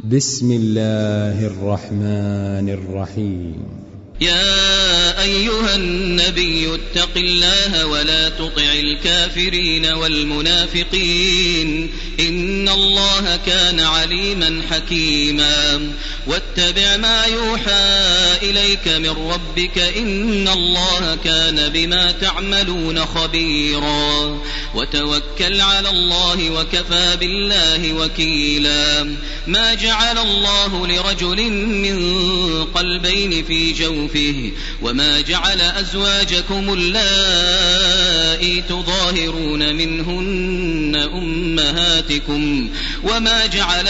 بسم الله الرحمن الرحيم. يا أيها النبي اتق الله ولا تطع الكافرين والمنافقين إن الله كان عليما حكيما واتبع ما يوحى إليك من ربك إن الله كان بما تعملون خبيرا وتوكل على الله وكفى بالله وكيلا ما جعل الله لرجل من قلبين في جوفه وما جعل أزواجكم اللائي تظاهرون منهن أمهاتكم وما جعل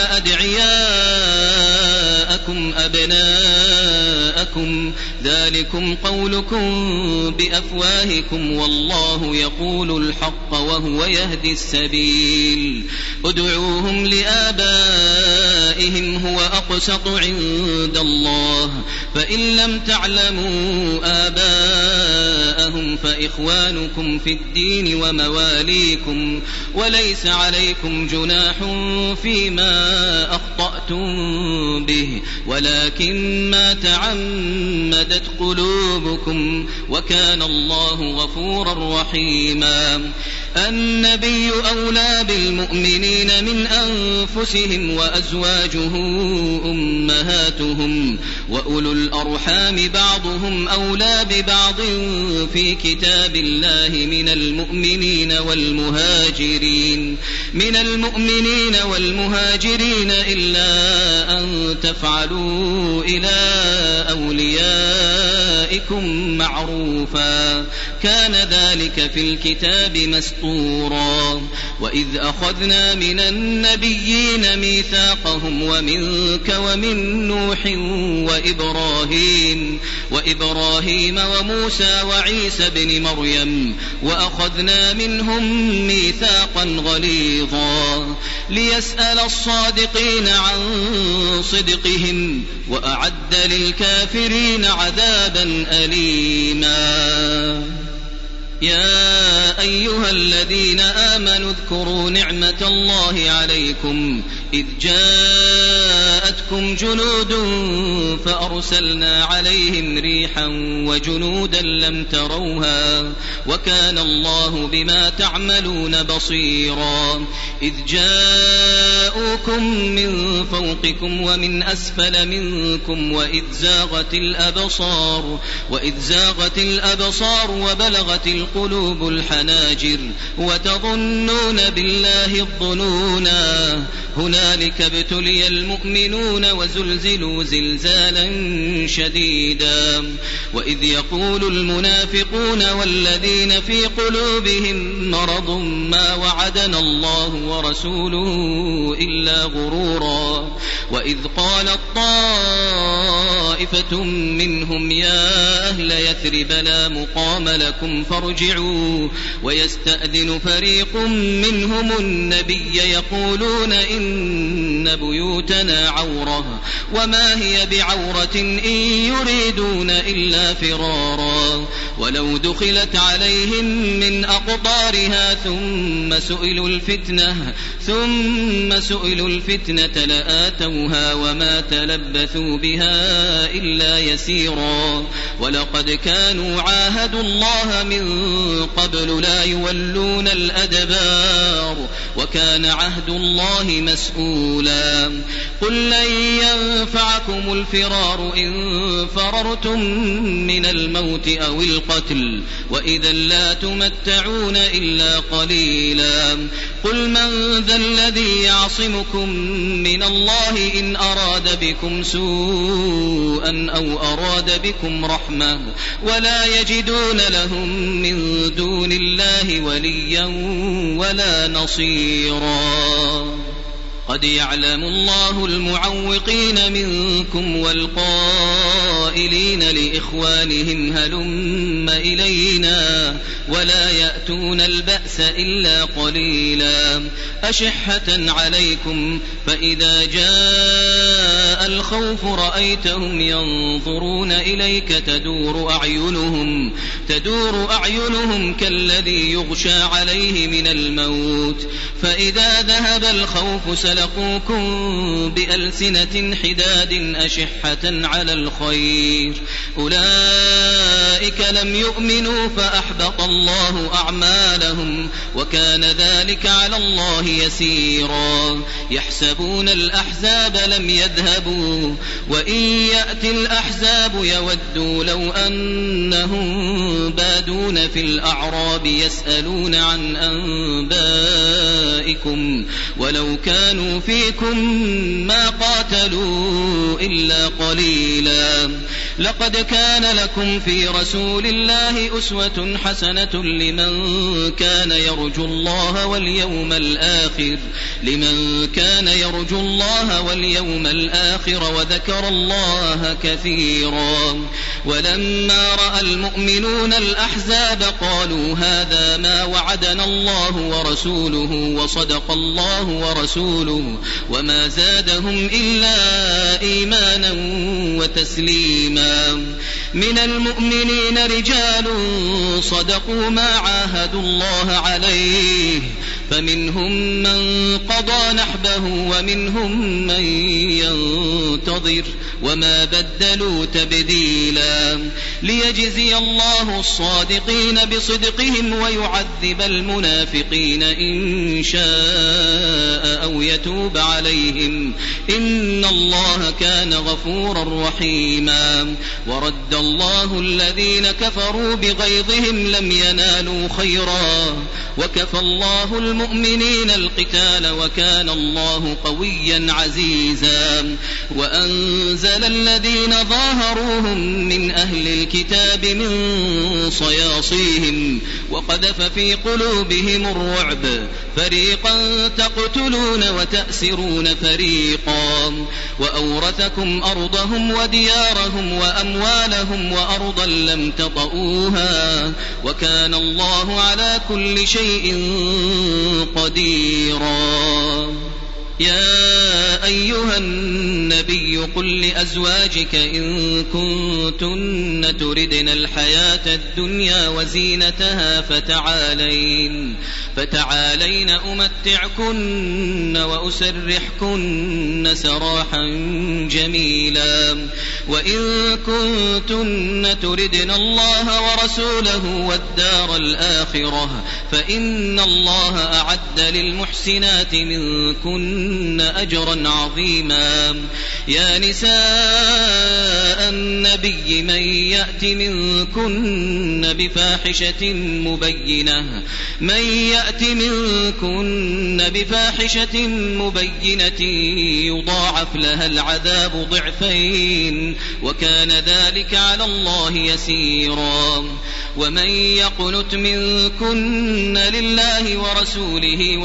أدعياءكم أبناءكم ذلكم قولكم بأفواهكم والله يقول الحق وهو يهدي السبيل ادعوهم لآبائهم هو أقسط عند الله فإن لم تعلموا آباءهم فإخوانكم في الدين ومواليكم وليس عليكم جناح فيما أخطأتم به ولكن ما تعمدت قلوبكم وكان الله غفورا رحيما النبي أولى بالمؤمنين من أنفسهم وأزواجه أمهاتهم وأولو الأرحام بعضهم أولى ببعض في كتاب الله من المؤمنين والمهاجرين إلا أن تفعلوا إلى أوليائكم معروفا كان ذلك في الكتاب مسطورا وإذ أخذنا من النبيين ميثاقهم ومنك ومن نوح وإبراهيم وموسى وعيسى بن مريم وأخذنا منهم ميثاقا غليظا ليسأل الصادقين عن صدقهم وأعد للكافرين عذابا أليما يا أيها الذين آمنوا اذكروا نعمة الله عليكم إذ جاءتكم جنود فأرسلنا عليهم ريحا وجنودا لم تروها وكان الله بما تعملون بصيرا إذ جاءوكم من فوقكم ومن أسفل منكم وإذ زاغت الأبصار وبلغت القلوب الحناجر وتظنون بالله الظنونا هنالك ابتلي المؤمنون وزلزلوا زلزالا شديدا وإذ يقول المنافقون والذين في قلوبهم مرض ما وعدنا الله ورسوله إلا غرورا وإذ قالت طائفة منهم يا أهل يثرب لا مقام لكم فارجعوا ويستأذن فريق منهم النبي يقولون إن بيوتنا عورة وما هي بعورة إن يريدون إلا فرارا ولو دخلت عليهم من أقطارها ثم سئلوا الفتنة لآتوها وما تلبثوا بها إلا يسيرا ولقد كانوا عاهدوا الله من قبل لا يولون الأدبار وكان عهد الله مسؤولا قل لن ينفعكم الفرار إن فررتم من الموت أو القتل وإذا لا تمتعون إلا قليلا قل من ذا الذي يعصمكم من الله إن أراد بكم سوءا أو أراد بكم رحمة ولا يجدون لهم من دون الله وليا ولا نصيرا قد يعلم الله المعوقين منكم والقائلين لإخوانهم هلم إلينا ولا يأتون البأس إلا قليلا أشحة عليكم فإذا جاء الخوف رأيتهم ينظرون إليك تدور أعينهم تدور أعينهم كالذي يغشى عليه من الموت فإذا ذهب الخوف سلقوكم بألسنة حداد أشحة على الخير أولئك لم يؤمنوا فأحبط الله أعمالهم وكان ذلك على الله يسيرا يحسبون الأحزاب لم يذهبوا وإن يأتي الأحزاب يودوا لو أنهم بادون في الأعراب يسألون عن أنبائكم ولو كانوا فيكم ما قاتلوا إلا قليلا لقد كان لكم في رسول الله أسوة حسنة لمن كان يرجو الله واليوم الآخر وذكر الله كثيرا ولما رأى المؤمنون الأحزاب قالوا هذا ما وعدنا الله ورسوله وصدق الله ورسوله وما زادهم إلا إيمانا وتسليما من المؤمنين رجال صدقوا ما عاهدوا الله عليه فمنهم من قضى نحبه ومنهم من ينتظر وما بدلوا تبديلا ليجزي الله الصادقين بصدقهم ويعذب المنافقين إن شاء أو يتوب عليهم إن الله كان غفورا رحيما ورد الله الذين كفروا بغيظهم لم ينالوا خيرا وكفى الله المؤمنين القتال وكان الله قويا عزيزا وأنزل الذين ظاهروهم من أهل الكتاب من صياصيهم وقذف في قلوبهم الرعب فريقا تقتلون وتأسرون فريقا وأورثكم أرضهم وديارهم وأموالهم وأرضا لم تطئوها وكان الله على كل شيء قديرا يا أيها النبي قل لأزواجك إن كنتن تردن الحياة الدنيا وزينتها فتعالين أمتعكن وأسرحكن سراحا جميلا وإن كنتن تردن الله ورسوله والدار الآخرة فإن الله أعد للمحسنات منكن أجرا عظيما يا نساء النبي من يأت منكن بفاحشة مبينة يضاعف لها العذاب ضعفين وكان ذلك على الله يسيرا ومن يقنت منكن لله ورسوله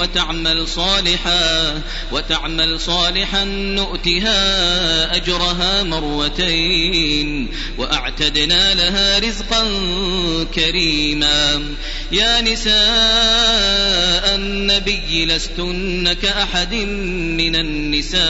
وتعمل صالحا نؤتها أجرها مرتين وأعتدنا لها رزقا كريما يا نساء النبي لستن كأحد من النساء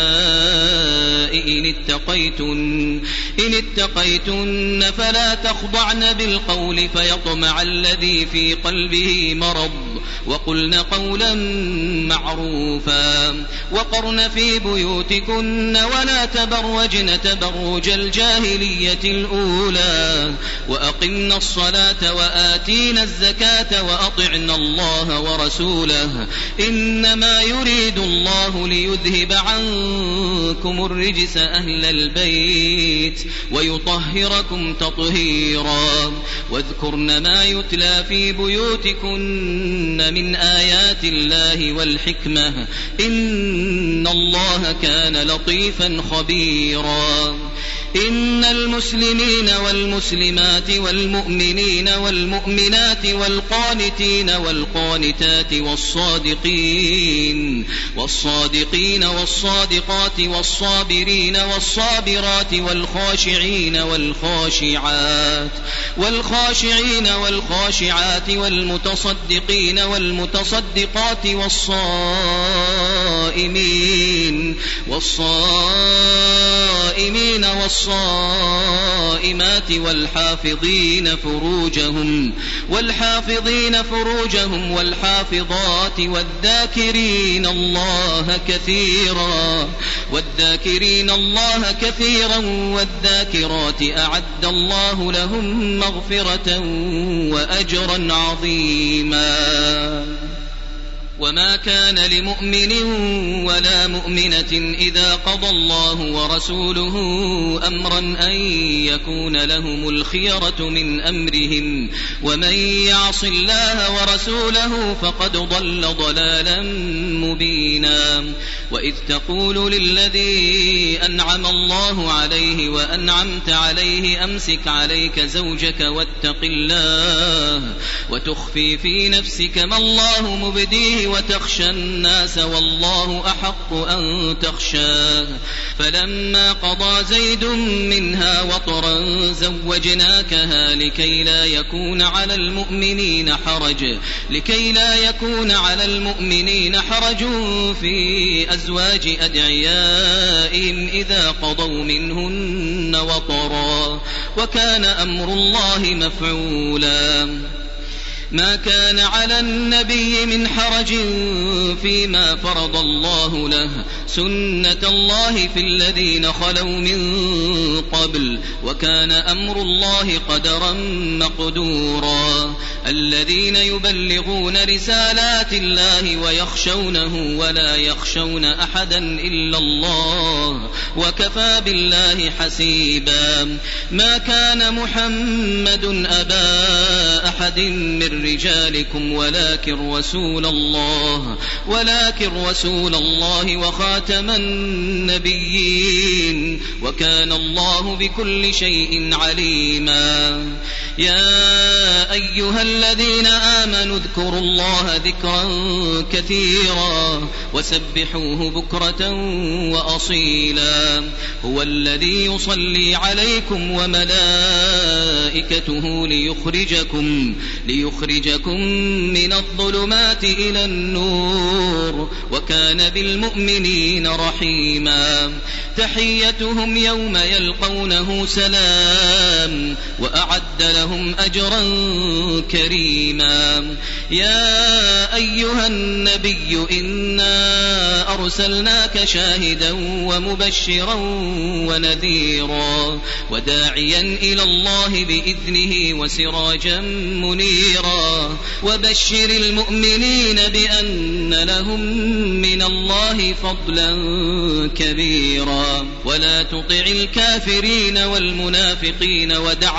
إن اتقيتن فلا تخضعن بالقول فيطمع الذي في قلبه مرض وقلن قولا معروفا وقرن في بيوتكن ولا تبرجن تبرج الجاهلية الأولى وأقمن الصلاة وآتينا الزكاة وأطعن الله ورسوله إنما يريد الله ليذهب عنكم الرجس أهل البيت ويطهركم تطهيرا واذكرن ما يتلى في بيوتكن من آيات الله والحكمة إن الله كان لطيفا خبيرا إن المسلمين والمسلمات والمؤمنين والمؤمنات والقانتين والقانتات والصادقين والصادقات والصابرين والصابرات والخاشعين والخاشعات والمتصدقين والمتصدقات والصائمين والصائمين والصائمات والحافظين فروجهم والحافظات والذاكرين الله كثيرا والذاكرات أعد الله لهم مغفرة وأجرا عظيما. وما كان لمؤمن ولا مؤمنة إذا قضى الله ورسوله أمرا أن يكون لهم الخيرة من أمرهم ومن يعص الله ورسوله فقد ضل ضلالا مبينا. وإذ تقول للذي أنعم الله عليه وأنعمت عليه أمسك عليك زوجك واتق الله وتخفي في نفسك ما الله مبديه وتخشى الناس والله أحق أن تخشاه. فلما قضى زيد منها وطرا زوجناكها لكي لا يكون على المؤمنين حرج في أزواج أدعيائهم إذا قضوا منهن وطرا وكان أمر الله مفعولا. ما كان على النبي من حرج فيما فرض الله له سنة الله في الذين خلوا من قبل وكان أمر الله قدرا مقدورا. الذين يبلغون رسالات الله ويخشونه ولا يخشون أحدا إلا الله وكفى بالله حسيبا. ما كان محمد أبا أحد من رجالكم ولكن رسول الله وخاتم النبيين وكان الله بكل شيء عليما. يا أيها الذين آمنوا اذكروا الله ذكرا كثيرا وسبحوه بكرة وأصيلا. هو الذي يصلي عليكم وملائكته ليخرجكم من الظلمات إلى النور وكان بالمؤمنين رحيما. تحيتهم يوم يلقونه سلام وأعد لهم أجرا كريما. يا أيها النبي إنا أرسلناك شاهدا ومبشرا ونذيرا وداعيا إلى الله بإذنه وسراجا منيرا. وبشر المؤمنين بأن لهم من الله فضلا كبيرا. ولا تطع الكافرين والمنافقين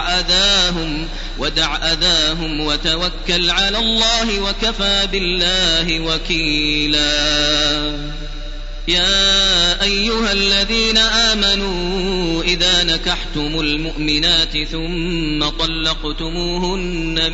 ودع أذاهم وتوكل على الله وكفى بالله وكيلا. يا أيها الذين آمنوا إذا نكحتم المؤمنات ثم طلقتموهن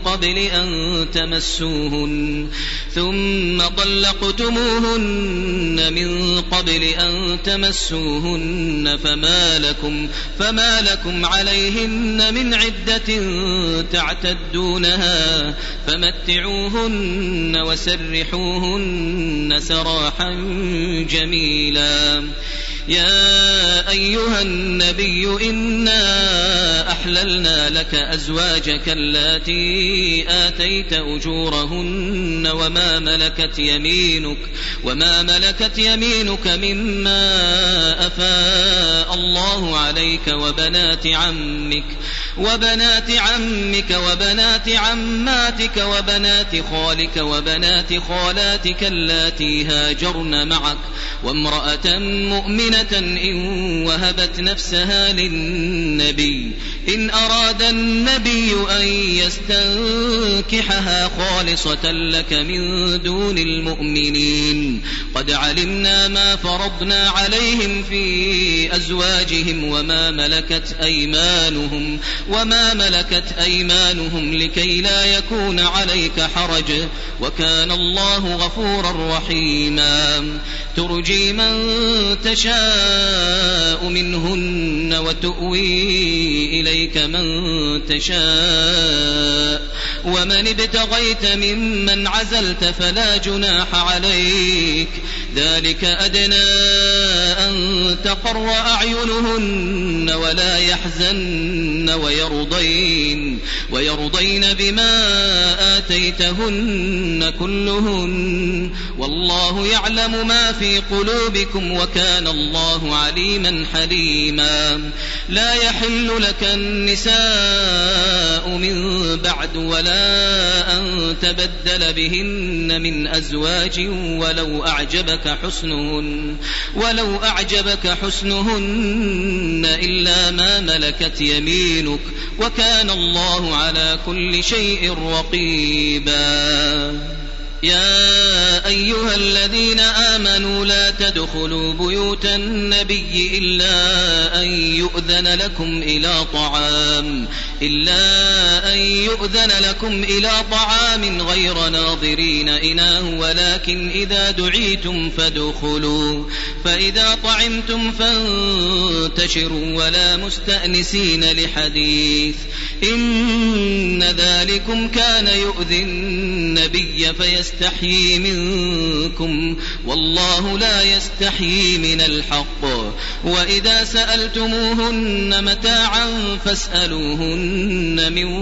من قبل أن تمسوهن فما لكم عليهن من عدة تعتدونها فمتعوهن وسرحوهن سراحا جميلا. يا أيها النبي إنا أحللنا لك أزواجك اللاتي آتيت أجورهن وما ملكت يمينك مما أفاء الله عليك وبنات عمك وبنات عماتك وبنات خالك وبنات خالاتك اللاتي هاجرن معك وامرأة مؤمنة إن وهبت نفسها للنبي إن أراد النبي أن يستنكحها خالصة لك من دون المؤمنين. قد علمنا ما فرضنا عليهم في أزواجهم وما ملكت أيمانهم لكي لا يكون عليك حرج وكان الله غفورا رحيما. ترجي من تشاء منهن وتؤوي إليك من تشاء ومن ابتغيت ممن عزلت فلا جناح عليك ذلك أدنى أن تقر أعينهن ولا يحزن ويرضين بما آتيتهن كلهن والله يعلم ما في قلوبكم وكان الله عليما حليما لا يحل لك النساء من بعد ولا أن تبدل بهن من أزواج ولو أعجبك حسنهن إلا ما ملكت يمينك وكان الله على كل شيء رقيبا يا أيها الذين آمنوا لا تدخلوا بيوت النبي إلا أن يؤذن لكم إلى طعام غير ناظرين إناه ولكن إذا دعيتم فادخلوا فإذا طعمتم فانتشروا ولا مستأنسين لحديث إن ذلكم كان يؤذي النبي فيستحيي منكم والله لا يستحيي من الحق وإذا سألتموهن متاعا فاسألوهن من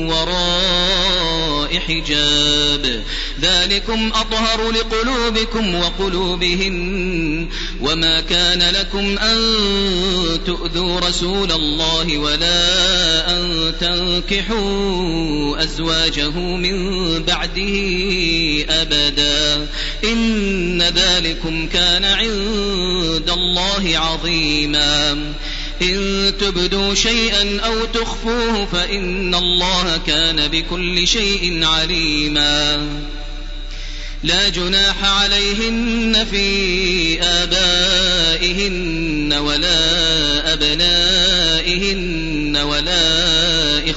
وراء حجاب ذلكم أطهر لقلوبكم وقلوبهن وما كان لكم أن تؤذوا رسول الله ولا أن تنكحوا أزواجه من بعده أبدا إن ذلكم كان عند الله عظيما إن تبدوا شيئا أو تخفوه فإن الله كان بكل شيء عليما لا جناح عليهن في آبائهن ولا أبنائهن ولا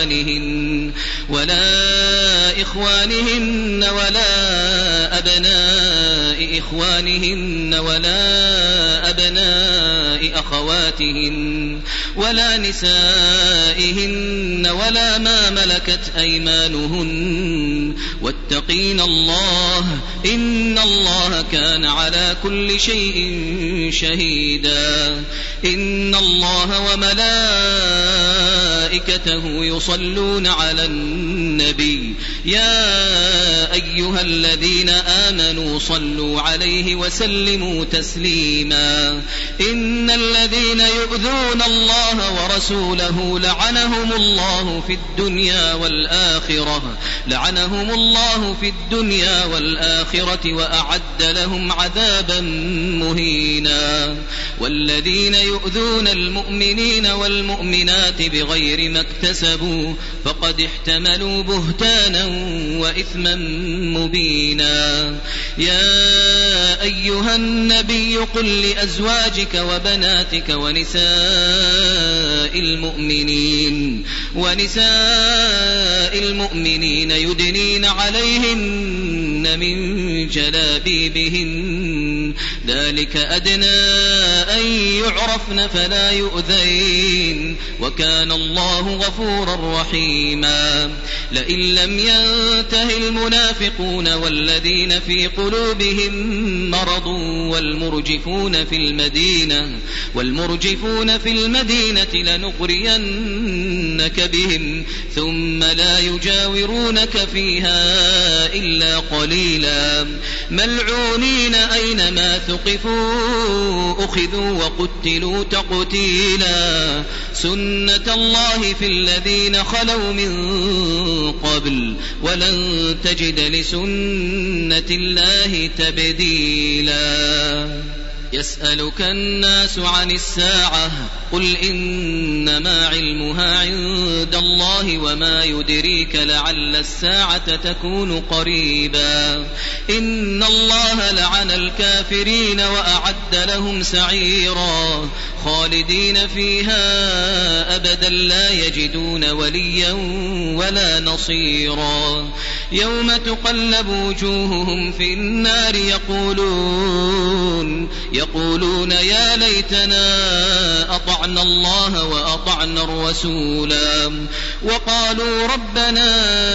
إخوانهن ولا أبناء إخوانهن ولا أبناء أخواتهن ولا نسائهن ولا ما ملكت أيمانهن واتقين الله إن الله كان على كل شيء شهيدا إن الله وملائكته يصلون على النبي يا أيها الذين آمنوا صلوا عليه وسلموا تسليما إن الذين يؤذون الله ورسوله لعنهم الله في الدنيا والآخرة وأعد لهم عذابا مهينا والذين يؤذون المؤمنين والمؤمنات بغير ما اكتسبوا فقد احتملوا بهتانا وإثما مبينا يا أيها النبي قل لأزواجك وبناتك ونساء المؤمنين يدنين عليهن من جلابيبهن ذلك أدنى أن يعرفن فلا يؤذين وكان الله غفورا رحيما لئن لم ينته المنافقون والذين في قلوبهم مرض والمرجفون في المدينة لنغرينك بهم ثم لا يجاورونك فيها إلا قليلا ملعونين أينما ثقفوا أخذوا وقتلوا تقتيلا سنة الله في الذين خلوا من قبل ولن تجد لسنة الله تبديلا يسألك الناس عن الساعة قل إنما علمها عند الله وما يدريك لعل الساعة تكون قريبا إن الله لعن الكافرين وأعد لهم سعيرا خالدين فيها أبدا لا يجدون وليا ولا نصيرا يوم تقلب وجوههم في النار يقولون يقولون يا ليتنا أطعنا الله وأطعنا الرسولا وقالوا ربنا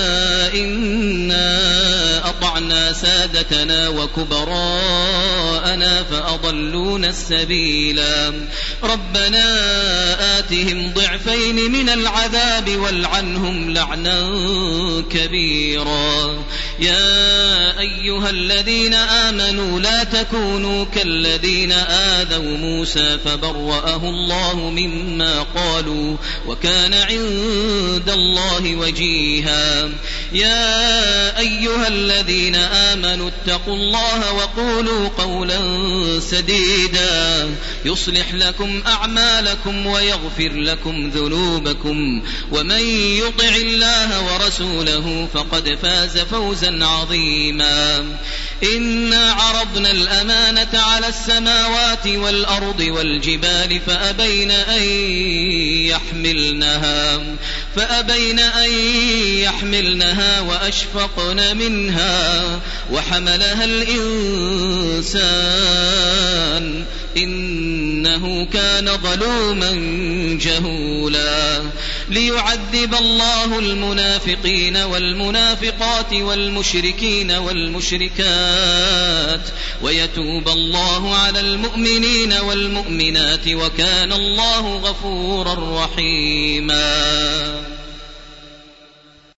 إنا أطعنا سادتنا وكبراءنا فأضلونا السبيلا ربنا آتهم ضعفين من العذاب والعنهم لعنا كبيرا يا أيها الذين آمنوا لا تكونوا كالذين آذوا موسى فبرأه الله مما قالوا وكان عند الله وجيها يا أيها الذين آمنوا اتقوا الله وقولوا قولا سديدا يصلح لكم أعمالكم ويغفر لكم ذنوبكم ومن يطع الله ورسوله فقد فاز فوزا عظيما إنا عرضنا الأمانة على السماوات والأرض والجبال فأبين أن يحملنها وأشفقن منها وحملها الإنسان إنه كان ظلوما جهولا ليعذب الله المنافقين والمنافقات والمشركين والمشركات ويتوب الله على المؤمنين والمؤمنات وكان الله غفورا رحيما.